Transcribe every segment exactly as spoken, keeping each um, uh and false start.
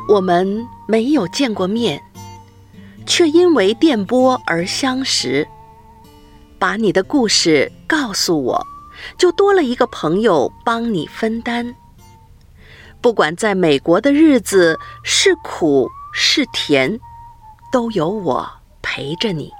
我们没有见过面，却因为电波而相识。把你的故事告诉我，就多了一个朋友帮你分担。不管在美国的日子是苦是甜，都有我陪着你。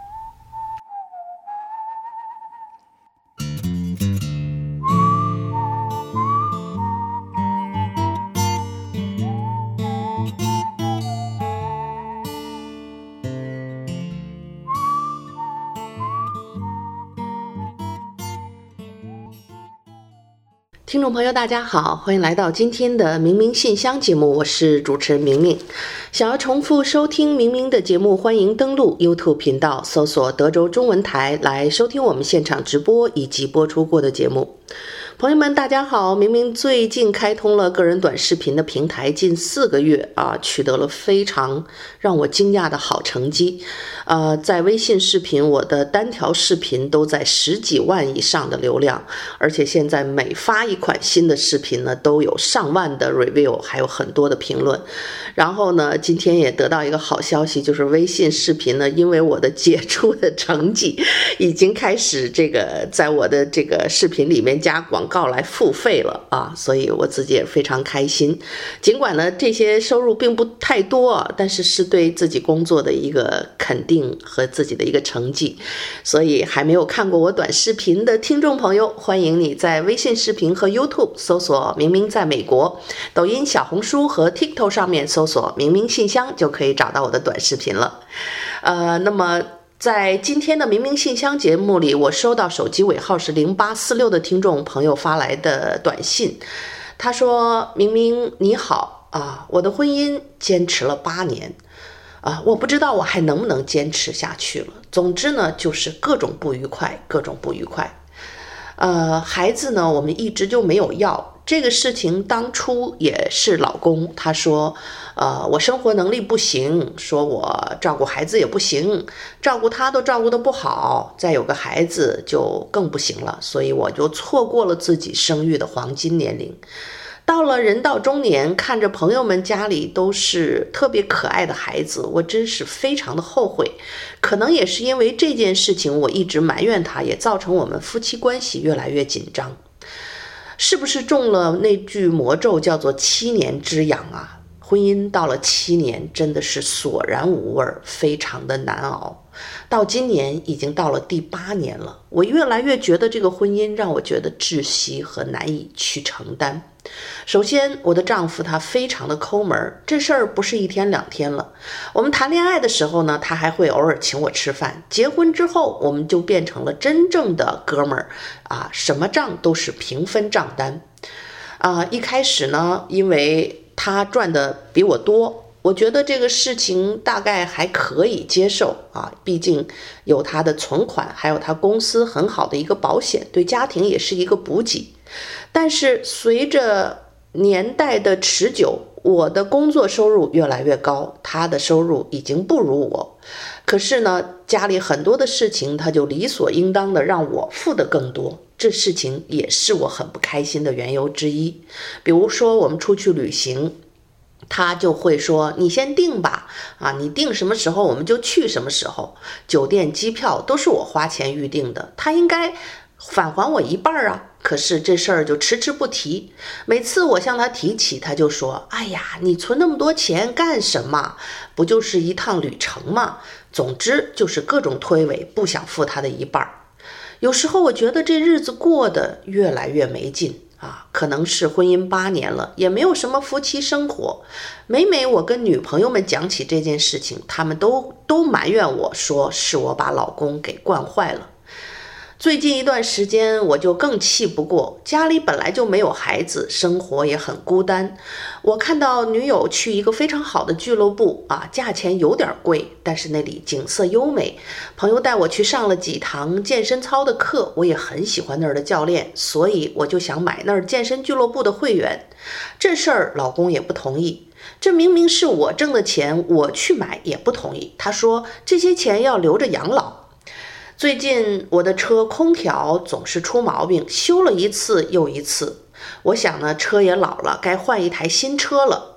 听众朋友大家好，欢迎来到今天的明明信箱节目，我是主持人明明。想要重复收听明明的节目，欢迎登录 YouTube 频道，搜索德州中文台来收听我们现场直播以及播出过的节目。朋友们大家好，明明最近开通了个人短视频的平台，近四个月啊，取得了非常让我惊讶的好成绩。呃，在微信视频，我的单条视频都在十几万以上的流量，而且现在每发一款新的视频呢，都有上万的 review， 还有很多的评论。然后呢，今天也得到一个好消息，就是微信视频呢，因为我的杰出的成绩，已经开始这个在我的这个视频里面加广告来付费了啊，所以我自己也非常开心。尽管呢这些收入并不太多，但是是对自己工作的一个肯定和自己的一个成绩。所以还没有看过我短视频的听众朋友，欢迎你在微信视频和 YouTube 搜索明明在美国，抖音、小红书和 TikTok 上面搜索明明信箱就可以找到我的短视频了。呃，那么在今天的明明信箱节目里，我收到手机尾号是零八四六的听众朋友发来的短信，他说：明明你好啊，我的婚姻坚持了八年啊，我不知道我还能不能坚持下去了。总之呢，就是各种不愉快，各种不愉快。呃，孩子呢，我们一直就没有要。这个事情当初也是老公他说，呃，我生活能力不行，说我照顾孩子也不行，照顾他都照顾得不好，再有个孩子就更不行了，所以我就错过了自己生育的黄金年龄。到了人到中年，看着朋友们家里都是特别可爱的孩子，我真是非常的后悔。可能也是因为这件事情，我一直埋怨他，也造成我们夫妻关系越来越紧张。是不是中了那句魔咒叫做七年之痒啊？婚姻到了七年真的是索然无味，非常的难熬。到今年已经到了第八年了，我越来越觉得这个婚姻让我觉得窒息和难以去承担。首先，我的丈夫他非常的抠门，这事儿不是一天两天了。我们谈恋爱的时候呢，他还会偶尔请我吃饭，结婚之后我们就变成了真正的哥们儿啊，什么账都是平分账单啊。一开始呢，因为他赚的比我多，我觉得这个事情大概还可以接受啊，毕竟有他的存款，还有他公司很好的一个保险，对家庭也是一个补给。但是随着年代的持久，我的工作收入越来越高，他的收入已经不如我。可是呢，家里很多的事情他就理所应当的让我付的更多，这事情也是我很不开心的缘由之一。比如说我们出去旅行，他就会说你先定吧，啊，你定什么时候我们就去什么时候，酒店机票都是我花钱预定的，他应该返还我一半啊。可是这事儿就迟迟不提，每次我向他提起，他就说，哎呀，你存那么多钱干什么？不就是一趟旅程吗？总之就是各种推诿，不想付他的一半。有时候我觉得这日子过得越来越没劲啊，可能是婚姻八年了，也没有什么夫妻生活。每每我跟女朋友们讲起这件事情，她们都都埋怨我说是我把老公给惯坏了。最近一段时间我就更气不过，家里本来就没有孩子，生活也很孤单。我看到女友去一个非常好的俱乐部啊，价钱有点贵，但是那里景色优美。朋友带我去上了几堂健身操的课，我也很喜欢那儿的教练，所以我就想买那儿健身俱乐部的会员。这事儿老公也不同意，这明明是我挣的钱，我去买也不同意。他说这些钱要留着养老。最近我的车空调总是出毛病，修了一次又一次。我想呢，车也老了，该换一台新车了。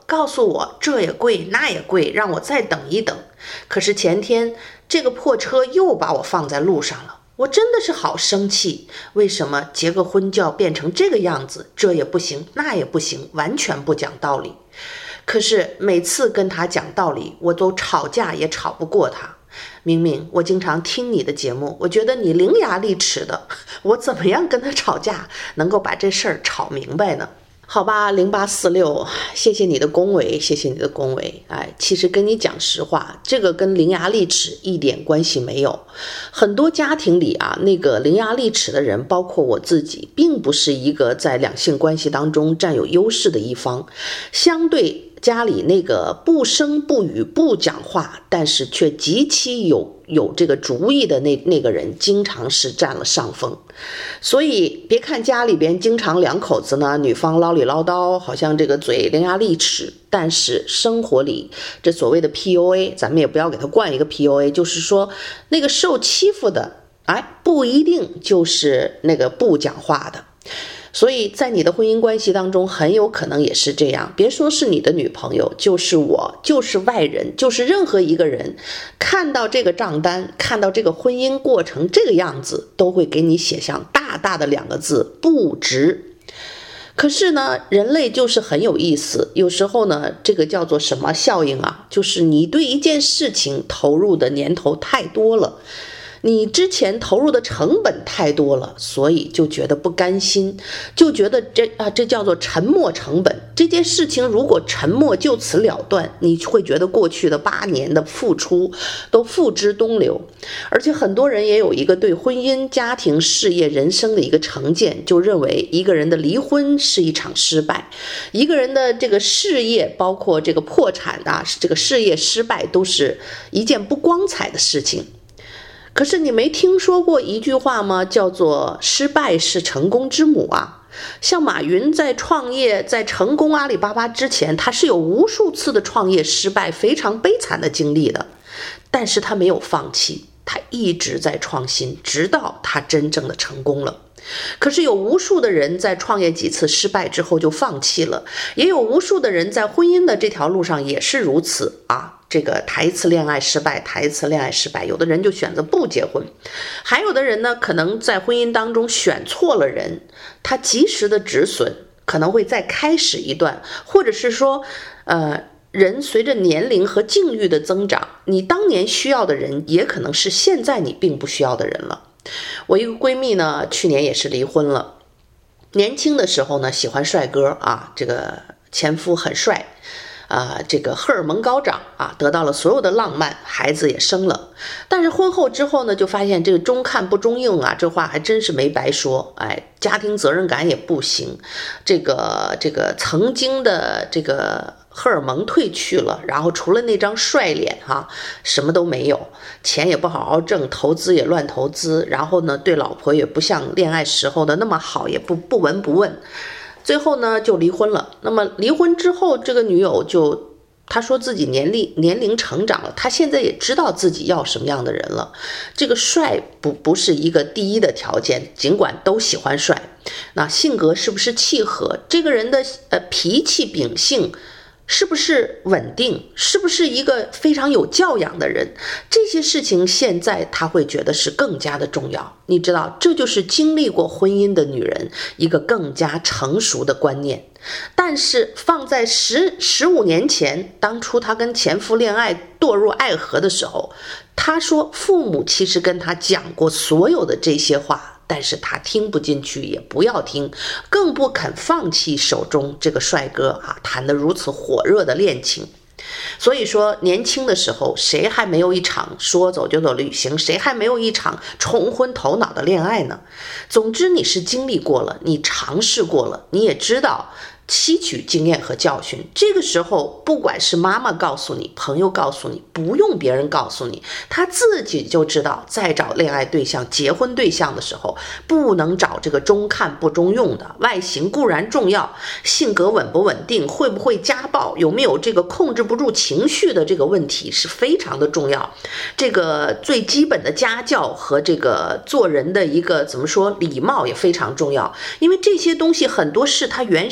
告诉我这也贵那也贵，让我再等一等。可是前天这个破车又把我放在路上了，我真的是好生气，为什么结个婚就要变成这个样子？这也不行那也不行，完全不讲道理。可是每次跟他讲道理，我都吵架也吵不过他。明明我经常听你的节目，我觉得你伶牙俐齿的，我怎么样跟他吵架能够把这事儿吵明白呢？好吧，零八四六，谢谢你的恭维，谢谢你的恭维。哎，其实跟你讲实话，这个跟伶牙俐齿一点关系没有。很多家庭里啊，那个伶牙俐齿的人，包括我自己，并不是一个在两性关系当中占有优势的一方，相对家里那个不声不语不讲话，但是却极其有有这个主意的那那个人，经常是占了上风。所以别看家里边经常两口子呢，女方唠里唠叨，好像这个嘴伶牙俐齿，但是生活里这所谓的 P U A， 咱们也不要给他灌一个 P U A， 就是说那个受欺负的，哎，不一定就是那个不讲话的。所以在你的婚姻关系当中，很有可能也是这样。别说是你的女朋友，就是我，就是外人，就是任何一个人，看到这个账单，看到这个婚姻过程这个样子，都会给你写上大大的两个字：不值。可是呢，人类就是很有意思，有时候呢，这个叫做什么效应啊？就是你对一件事情投入的年头太多了，你之前投入的成本太多了，所以就觉得不甘心，就觉得这啊，这叫做沉没成本。这件事情如果沉没就此了断，你会觉得过去的八年的付出都付之东流。而且很多人也有一个对婚姻、家庭、事业、人生的一个成见，就认为一个人的离婚是一场失败，一个人的这个事业，包括这个破产啊，这个事业失败，都是一件不光彩的事情。可是你没听说过一句话吗？叫做失败是成功之母啊。像马云在创业，在成功阿里巴巴之前，他是有无数次的创业失败，非常悲惨的经历的，但是他没有放弃，他一直在创新，直到他真正的成功了。可是有无数的人在创业几次失败之后就放弃了，也有无数的人在婚姻的这条路上也是如此啊。这个谈一次恋爱失败，谈一次恋爱失败，有的人就选择不结婚，还有的人呢，可能在婚姻当中选错了人，他及时的止损，可能会再开始一段，或者是说，呃，人随着年龄和境遇的增长，你当年需要的人，也可能是现在你并不需要的人了。我一个闺蜜呢，去年也是离婚了，年轻的时候呢，喜欢帅哥啊，这个前夫很帅。啊，这个荷尔蒙高涨啊，得到了所有的浪漫，孩子也生了。但是婚后之后呢，就发现这个中看不中用啊，这话还真是没白说。哎，家庭责任感也不行，这个这个曾经的这个荷尔蒙褪去了，然后除了那张帅脸哈、啊，什么都没有，钱也不好好挣，投资也乱投资，然后呢，对老婆也不像恋爱时候的那么好，也不不闻不问。最后呢就离婚了。那么离婚之后，这个女友就她说自己年龄年龄成长了，她现在也知道自己要什么样的人了。这个帅不不是一个第一的条件，尽管都喜欢帅，那性格是不是契合？这个人的呃脾气秉性是不是稳定？是不是一个非常有教养的人？这些事情现在他会觉得是更加的重要。你知道，这就是经历过婚姻的女人一个更加成熟的观念。但是放在十十五年前，当初她跟前夫恋爱堕入爱河的时候，她说父母其实跟她讲过所有的这些话，但是他听不进去，也不要听，更不肯放弃手中这个帅哥啊，谈得如此火热的恋情。所以说年轻的时候，谁还没有一场说走就走旅行，谁还没有一场冲昏头脑的恋爱呢？总之你是经历过了，你尝试过了，你也知道吸取经验和教训。这个时候不管是妈妈告诉你，朋友告诉你，不用别人告诉你，他自己就知道，在找恋爱对象结婚对象的时候，不能找这个中看不中用的。外形固然重要，性格稳不稳定，会不会家暴，有没有这个控制不住情绪的这个问题是非常的重要。这个最基本的家教和这个做人的一个怎么说礼貌也非常重要，因为这些东西很多是他原生家庭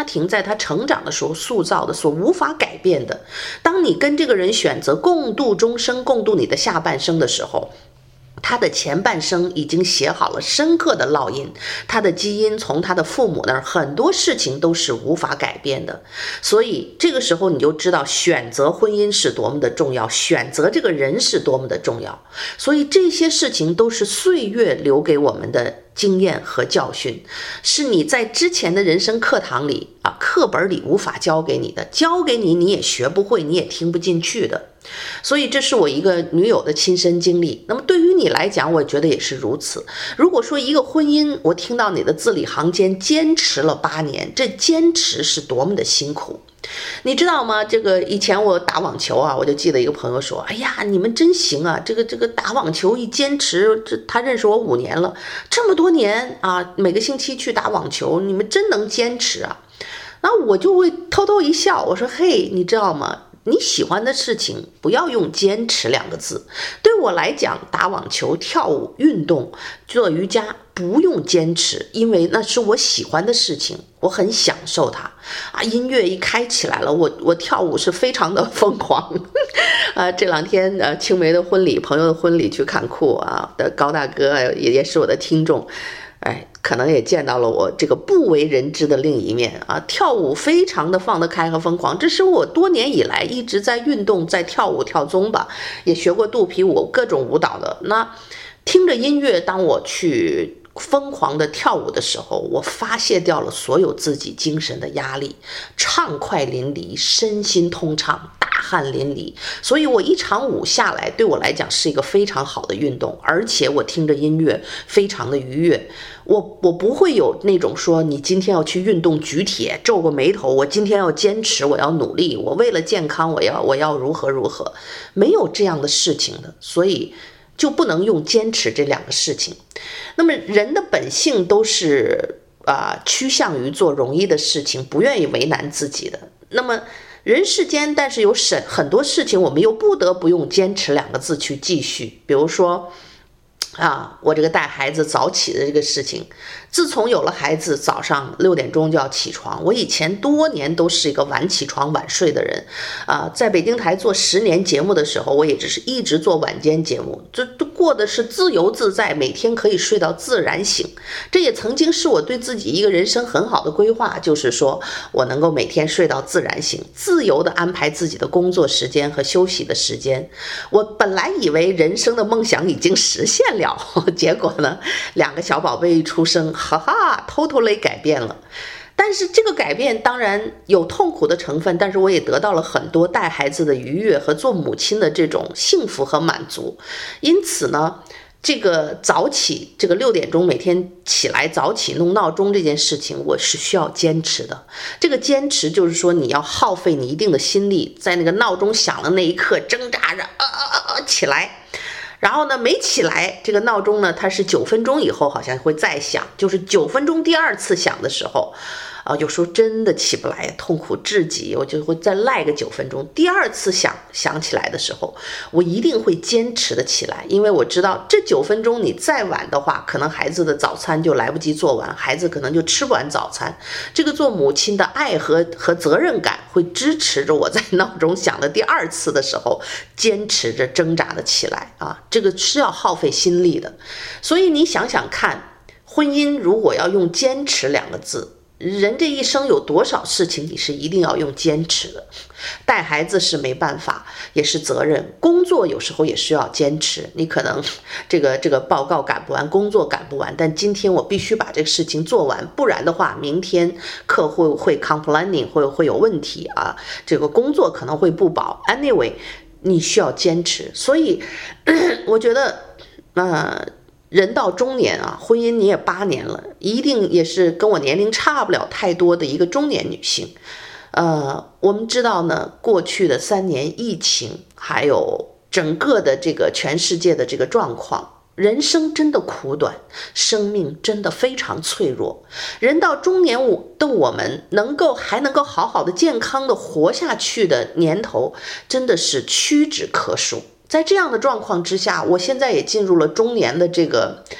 庭在他成长的时候塑造的，所无法改变的。当你跟这个人选择共度终生，共度你的下半生的时候，他的前半生已经写好了深刻的烙印，他的基因从他的父母那儿，很多事情都是无法改变的。所以这个时候你就知道选择婚姻是多么的重要，选择这个人是多么的重要。所以这些事情都是岁月留给我们的经验和教训，是你在之前的人生课堂里啊，课本里无法教给你的，教给你你也学不会，你也听不进去的。所以这是我一个女友的亲身经历。那么对于你来讲，我觉得也是如此。如果说一个婚姻，我听到你的字里行间坚持了八年，这坚持是多么的辛苦。你知道吗？这个以前我打网球啊，我就记得一个朋友说，哎呀，你们真行啊，这个这个打网球一坚持，这他认识我五年了，这么多年啊，每个星期去打网球，你们真能坚持啊。然后我就会偷偷一笑，我说，嘿，你知道吗？你喜欢的事情不要用坚持两个字。对我来讲，打网球、跳舞、运动、做瑜伽不用坚持，因为那是我喜欢的事情，我很享受它啊。音乐一开起来了，我我跳舞是非常的疯狂啊。这两天呃，青梅的婚礼，朋友的婚礼去看库啊的高大哥也也是我的听众。哎，可能也见到了我这个不为人知的另一面啊！跳舞非常的放得开和疯狂，这是我多年以来一直在运动，在跳舞跳宗吧，也学过肚皮舞，各种舞蹈的。那听着音乐，当我去疯狂的跳舞的时候，我发泄掉了所有自己精神的压力，畅快淋漓，身心通畅，大汗淋漓。所以我一场舞下来，对我来讲是一个非常好的运动，而且我听着音乐非常的愉悦。我我不会有那种说你今天要去运动举铁，皱个眉头，我今天要坚持，我要努力，我为了健康，我要我要如何如何，没有这样的事情的。所以就不能用坚持这两个事情。那么人的本性都是啊、呃，趋向于做容易的事情，不愿意为难自己的。那么人世间，但是有很很多事情，我们又不得不用坚持两个字去继续。比如说啊，我这个带孩子早起的这个事情，自从有了孩子，早上六点钟就要起床。我以前多年都是一个晚起床晚睡的人啊，在北京台做十年节目的时候，我也只是一直做晚间节目，这都过的是自由自在，每天可以睡到自然醒。这也曾经是我对自己一个人生很好的规划，就是说我能够每天睡到自然醒，自由的安排自己的工作时间和休息的时间。我本来以为人生的梦想已经实现了，结果呢，两个小宝贝一出生，哈哈 totally 改变了。但是这个改变当然有痛苦的成分，但是我也得到了很多带孩子的愉悦和做母亲的这种幸福和满足。因此呢，这个早起，这个六点钟每天起来早起弄闹钟这件事情，我是需要坚持的。这个坚持就是说，你要耗费你一定的心力，在那个闹钟响的那一刻挣扎着，啊啊啊起来。然后呢，没起来，这个闹钟呢，它是九分钟以后好像会再响，就是九分钟第二次响的时候，啊，有时候真的起不来，痛苦至极，我就会再赖个九分钟。第二次响响起来的时候，我一定会坚持的起来，因为我知道这九分钟你再晚的话，可能孩子的早餐就来不及做完，孩子可能就吃不完早餐。这个做母亲的爱和和责任感会支持着我在闹钟响了第二次的时候，坚持着挣扎的起来啊，这个是要耗费心力的。所以你想想看，婚姻如果要用坚持两个字，人这一生有多少事情你是一定要用坚持的？带孩子是没办法，也是责任。工作有时候也需要坚持，你可能这个这个报告赶不完，工作赶不完，但今天我必须把这个事情做完，不然的话，明天客户会 complaining， 会会有问题啊，这个工作可能会不保。Anyway， 你需要坚持。所以我觉得，呃。人到中年啊，婚姻你也八年了，一定也是跟我年龄差不了太多的一个中年女性。呃，我们知道呢，过去的三年疫情，还有整个的这个全世界的这个状况，人生真的苦短，生命真的非常脆弱。人到中年的我们，能够还能够好好的健康的活下去的年头，真的是屈指可数。在这样的状况之下，我现在也进入了中年的这个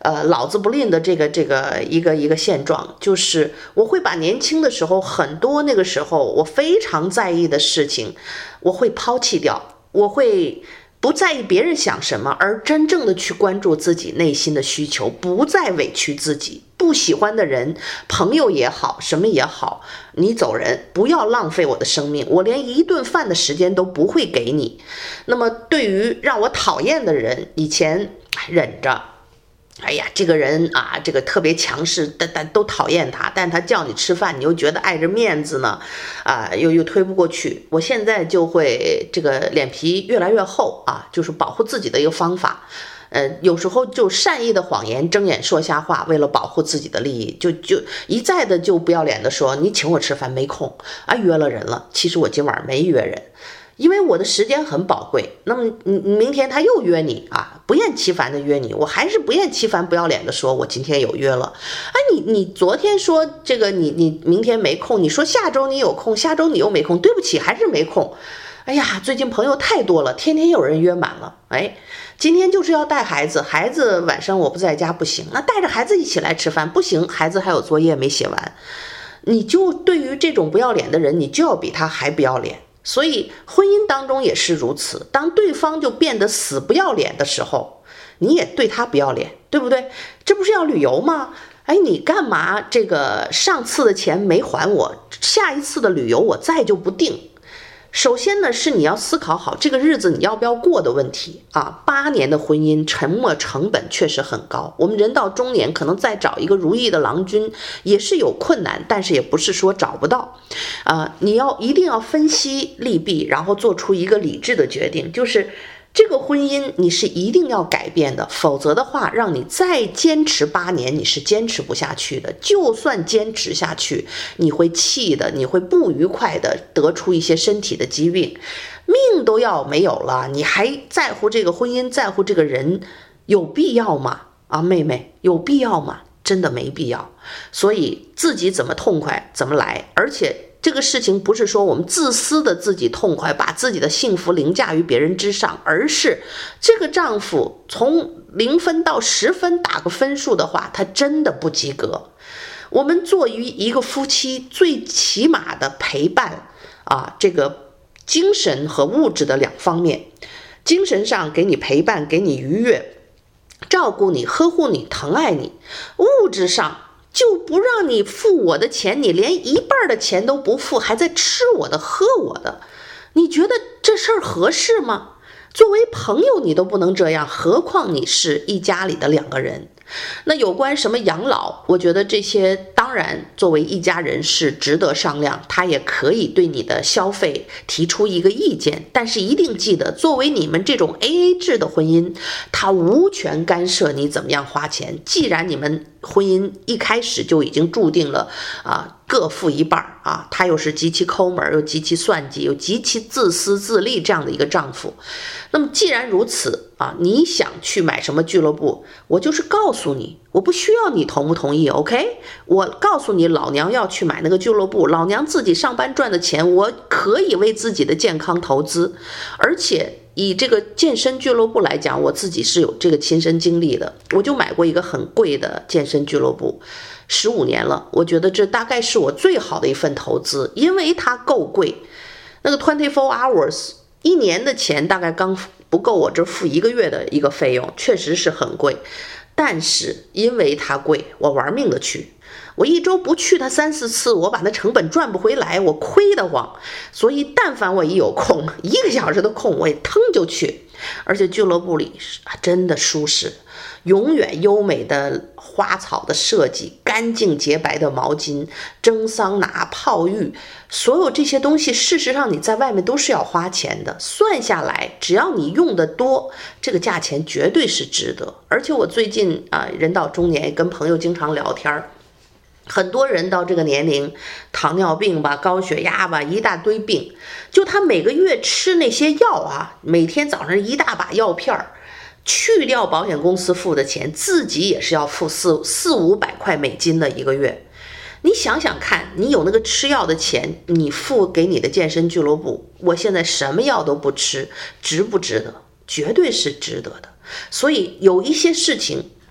呃老子不吝的这个这个一个一个现状，就是我会把年轻的时候很多那个时候我非常在意的事情，我会抛弃掉，我会不在意别人想什么，而真正的去关注自己内心的需求，不再委屈自己。不喜欢的人，朋友也好，什么也好，你走人，不要浪费我的生命，我连一顿饭的时间都不会给你。那么对于让我讨厌的人，以前忍着，哎呀，这个人啊，这个特别强势，但但都讨厌他，但他叫你吃饭，你又觉得碍着面子呢，啊，又又推不过去。我现在就会这个脸皮越来越厚啊，就是保护自己的一个方法。呃，有时候就善意的谎言，睁眼说瞎话，为了保护自己的利益，就就一再的就不要脸的说你请我吃饭没空啊，约了人了，其实我今晚没约人。因为我的时间很宝贵，那么明天他又约你啊，不厌其烦的约你，我还是不厌其烦不要脸的说我今天有约了。哎，你你昨天说这个你你明天没空，你说下周你有空，下周你又没空，对不起，还是没空。哎呀，最近朋友太多了，天天有人约满了。哎，今天就是要带孩子，孩子晚上我不在家不行，那带着孩子一起来吃饭不行，孩子还有作业没写完。你就对于这种不要脸的人，你就要比他还不要脸。所以婚姻当中也是如此，当对方就变得死不要脸的时候，你也对他不要脸，对不对？这不是要旅游吗？哎，你干嘛这个上次的钱没还我，下一次的旅游我再就不定。首先呢，是你要思考好这个日子你要不要过的问题啊。八年的婚姻沉没成本确实很高，我们人到中年可能再找一个如意的郎君也是有困难，但是也不是说找不到啊。你要一定要分析利弊，然后做出一个理智的决定，就是这个婚姻你是一定要改变的，否则的话让你再坚持八年你是坚持不下去的。就算坚持下去，你会气的，你会不愉快的，得出一些身体的疾病，命都要没有了，你还在乎这个婚姻，在乎这个人，有必要吗？啊，妹妹，有必要吗？真的没必要。所以自己怎么痛快怎么来，而且这个事情不是说我们自私的自己痛快，把自己的幸福凌驾于别人之上，而是这个丈夫从零分到十分打个分数的话，他真的不及格。我们作为一个夫妻，最起码的陪伴啊，这个精神和物质的两方面，精神上给你陪伴，给你愉悦，照顾你，呵护你，疼爱你；物质上就不让你付我的钱，你连一半的钱都不付，还在吃我的喝我的，你觉得这事儿合适吗？作为朋友你都不能这样，何况你是一家里的两个人。那有关什么养老，我觉得这些当然作为一家人是值得商量，他也可以对你的消费提出一个意见，但是一定记得，作为你们这种 A A 制的婚姻，他无权干涉你怎么样花钱。既然你们婚姻一开始就已经注定了啊，各付一半啊，他又是极其抠门，又极其算计，又极其自私自利这样的一个丈夫，那么既然如此啊，你想去买什么俱乐部，我就是告诉你，我不需要你同不同意 OK， 我告诉你老娘要去买那个俱乐部，老娘自己上班赚的钱我可以为自己的健康投资，而且以这个健身俱乐部来讲，我自己是有这个亲身经历的，我就买过一个很贵的健身俱乐部，十五年了，我觉得这大概是我最好的一份投资，因为它够贵。那个二十四 hours 一年的钱大概刚不够我这付一个月的一个费用，确实是很贵，但是因为它贵，我玩命的去，我一周不去它三四次，我把那成本赚不回来，我亏得慌。所以但凡我一有空，一个小时的空，我也腾就去。而且俱乐部里真的舒适，永远优美的花草的设计，干净洁白的毛巾，蒸桑拿泡浴，所有这些东西事实上你在外面都是要花钱的，算下来只要你用的多，这个价钱绝对是值得。而且我最近啊、呃，人到中年，跟朋友经常聊天，很多人到这个年龄，糖尿病吧，高血压吧，一大堆病，就他每个月吃那些药啊，每天早上一大把药片，去掉保险公司付的钱，自己也是要付四四五百块美金的一个月。你想想看，你有那个吃药的钱，你付给你的健身俱乐部，我现在什么药都不吃，值不值得？绝对是值得的。所以有一些事情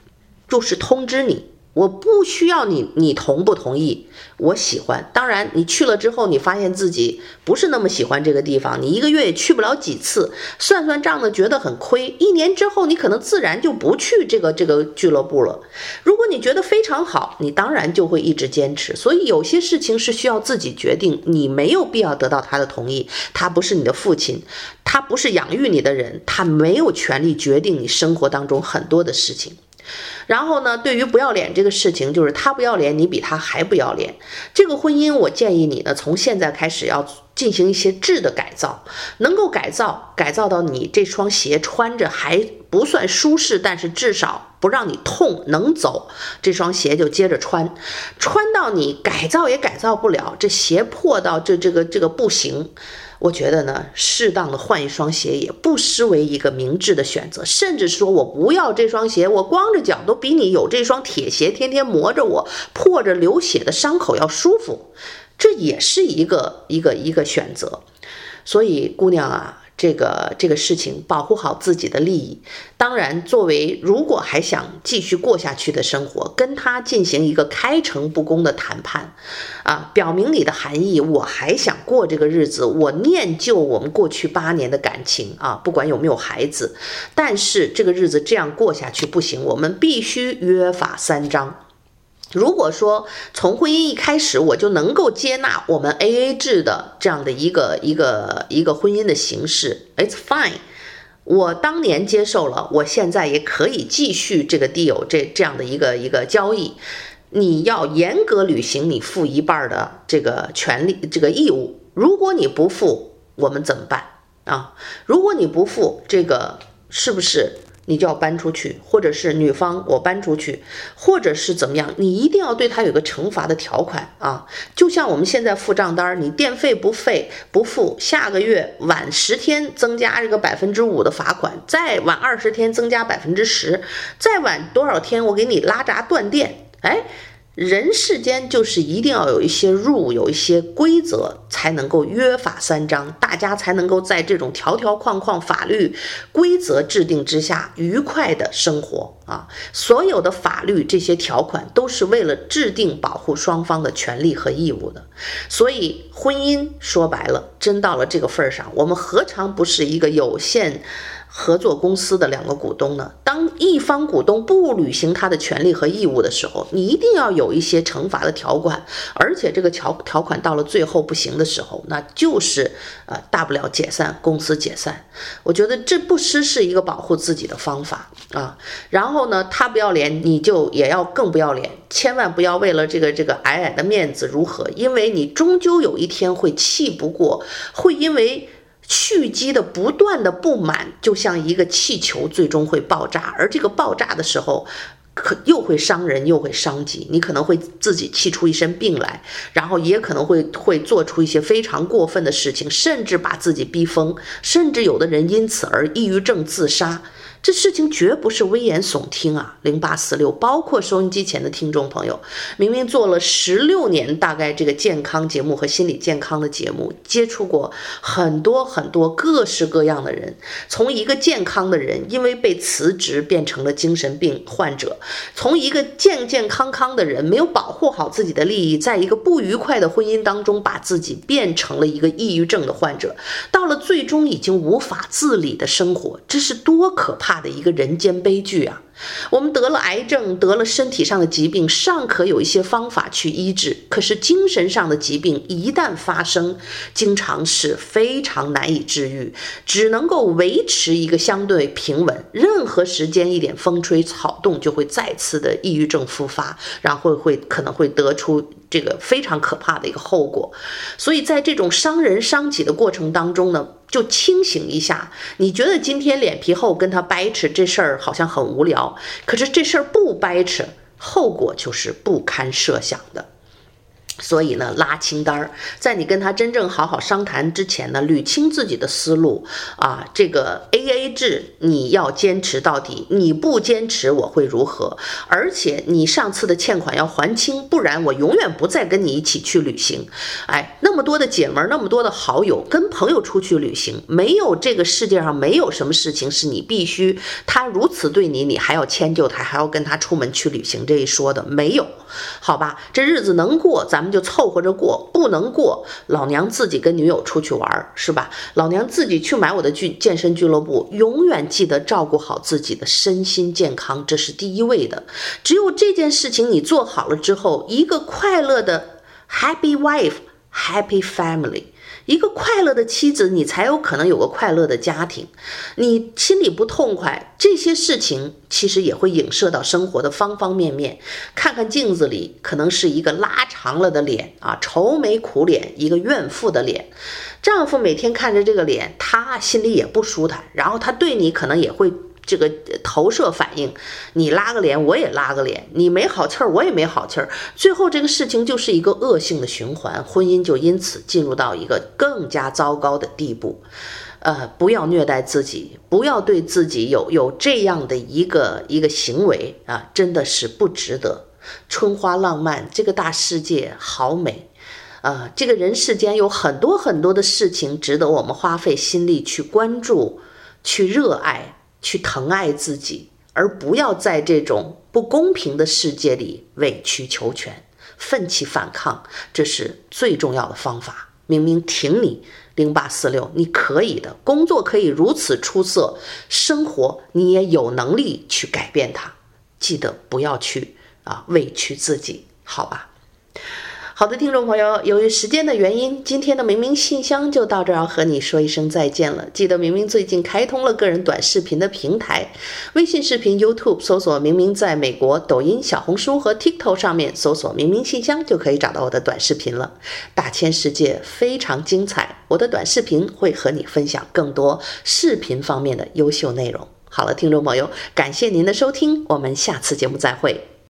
就是通知你，我不需要你你同不同意，我喜欢。当然你去了之后，你发现自己不是那么喜欢这个地方，你一个月也去不了几次，算算账呢觉得很亏，一年之后你可能自然就不去这个这个俱乐部了。如果你觉得非常好，你当然就会一直坚持。所以有些事情是需要自己决定，你没有必要得到他的同意，他不是你的父亲，他不是养育你的人，他没有权利决定你生活当中很多的事情。然后呢，对于不要脸这个事情，就是他不要脸，你比他还不要脸。这个婚姻，我建议你呢，从现在开始要进行一些质的改造，能够改造，改造到你这双鞋穿着还不算舒适，但是至少不让你痛，能走，这双鞋就接着穿，穿到你改造也改造不了，这鞋破到这这个这个不行。我觉得呢，适当的换一双鞋也不失为一个明智的选择，甚至说我不要这双鞋，我光着脚都比你有这双铁鞋天天磨着我破着流血的伤口要舒服，这也是一个一个一个选择。所以姑娘啊，这个这个事情保护好自己的利益，当然作为如果还想继续过下去的生活，跟他进行一个开诚布公的谈判啊，表明你的含义，我还想过这个日子，我念旧我们过去八年的感情啊，不管有没有孩子，但是这个日子这样过下去不行，我们必须约法三章。如果说从婚姻一开始我就能够接纳我们 A A 制的这样的一个一个一个婚姻的形式 ，It's fine， 我当年接受了，我现在也可以继续这个 deal 这这样的一个一个交易。你要严格履行你负一半的这个权利这个义务，如果你不负，我们怎么办啊？如果你不负，这个是不是你就要搬出去，或者是女方我搬出去，或者是怎么样，你一定要对他有个惩罚的条款啊！就像我们现在付账单，你电费不费不付，下个月晚十天增加这个百分之五的罚款，再晚二十天增加百分之十，再晚多少天我给你拉闸断电。哎，人世间就是一定要有一些 rule， 有一些规则，才能够约法三章，大家才能够在这种条条框框法律规则制定之下愉快的生活啊！所有的法律这些条款都是为了制定保护双方的权利和义务的。所以婚姻说白了，真到了这个份上，我们何尝不是一个有限合作公司的两个股东呢？当一方股东不履行他的权利和义务的时候，你一定要有一些惩罚的条款，而且这个条条款到了最后不行的时候，那就是呃大不了解散，公司解散。我觉得这不失是一个保护自己的方法啊。然后呢，他不要脸，你就也要更不要脸，千万不要为了这个这个矮矮的面子如何，因为你终究有一天会气不过，会因为蓄积的不断的不满，就像一个气球最终会爆炸，而这个爆炸的时候可又会伤人又会伤己，你可能会自己气出一身病来，然后也可能会会做出一些非常过分的事情，甚至把自己逼疯，甚至有的人因此而抑郁症自杀。这事情绝不是危言耸听啊！零八四六，包括收音机前的听众朋友，明明做了十六年大概这个健康节目和心理健康的节目，接触过很多很多各式各样的人，从一个健康的人因为被辞职变成了精神病患者，从一个健健康康的人没有保护好自己的利益，在一个不愉快的婚姻当中把自己变成了一个抑郁症的患者，到了最终已经无法自理的生活，这是多可怕的一个人间悲剧啊！我们得了癌症，得了身体上的疾病，尚可有一些方法去医治，可是精神上的疾病一旦发生，经常是非常难以治愈，只能够维持一个相对平稳，任何时间一点风吹草动就会再次的抑郁症复发，然后会可能会得出这个非常可怕的一个后果。所以在这种伤人伤己的过程当中呢，就清醒一下，你觉得今天脸皮厚跟他掰扯这事儿好像很无聊，可是这事儿不掰扯，后果就是不堪设想的。 所以呢，拉清单儿，在你跟他真正好好商谈之前呢，捋清自己的思路啊。这个 A A 制你要坚持到底，你不坚持我会如何？而且你上次的欠款要还清，不然我永远不再跟你一起去旅行。哎，那么多的姐们，那么多的好友，跟朋友出去旅行，没有这个世界上没有什么事情是你必须他如此对你，你还要迁就他，还要跟他出门去旅行这一说的没有，好吧？这日子能过，咱们就凑合着过，不能过，老娘自己跟女友出去玩，是吧？老娘自己去买我的俱健身俱乐部，永远记得照顾好自己的身心健康，这是第一位的。只有这件事情你做好了之后，一个快乐的 happy wife happy family，一个快乐的妻子，你才有可能有个快乐的家庭。你心里不痛快，这些事情其实也会影射到生活的方方面面。看看镜子里，可能是一个拉长了的脸啊，愁眉苦脸，一个怨妇的脸。丈夫每天看着这个脸，他心里也不舒坦，然后他对你可能也会这个投射反应，你拉个脸我也拉个脸，你没好气儿我也没好气儿，最后这个事情就是一个恶性的循环，婚姻就因此进入到一个更加糟糕的地步。呃，不要虐待自己，不要对自己有有这样的一个一个行为啊，真的是不值得。春花浪漫，这个大世界好美。呃，这个人世间有很多很多的事情值得我们花费心力去关注，去热爱，去疼爱自己，而不要在这种不公平的世界里委曲求全，奋起反抗，这是最重要的方法。明明挺你零八四六，你可以的，工作可以如此出色，生活你也有能力去改变它，记得不要去啊委屈自己，好吧？好的，听众朋友，由于时间的原因，今天的明明信箱就到这儿，要和你说一声再见了。记得明明最近开通了个人短视频的平台，微信视频 YouTube 搜索明明在美国，抖音、小红书和 TikTok 上面搜索明明信箱就可以找到我的短视频了。大千世界非常精彩，我的短视频会和你分享更多视频方面的优秀内容。好了，听众朋友，感谢您的收听，我们下次节目再会。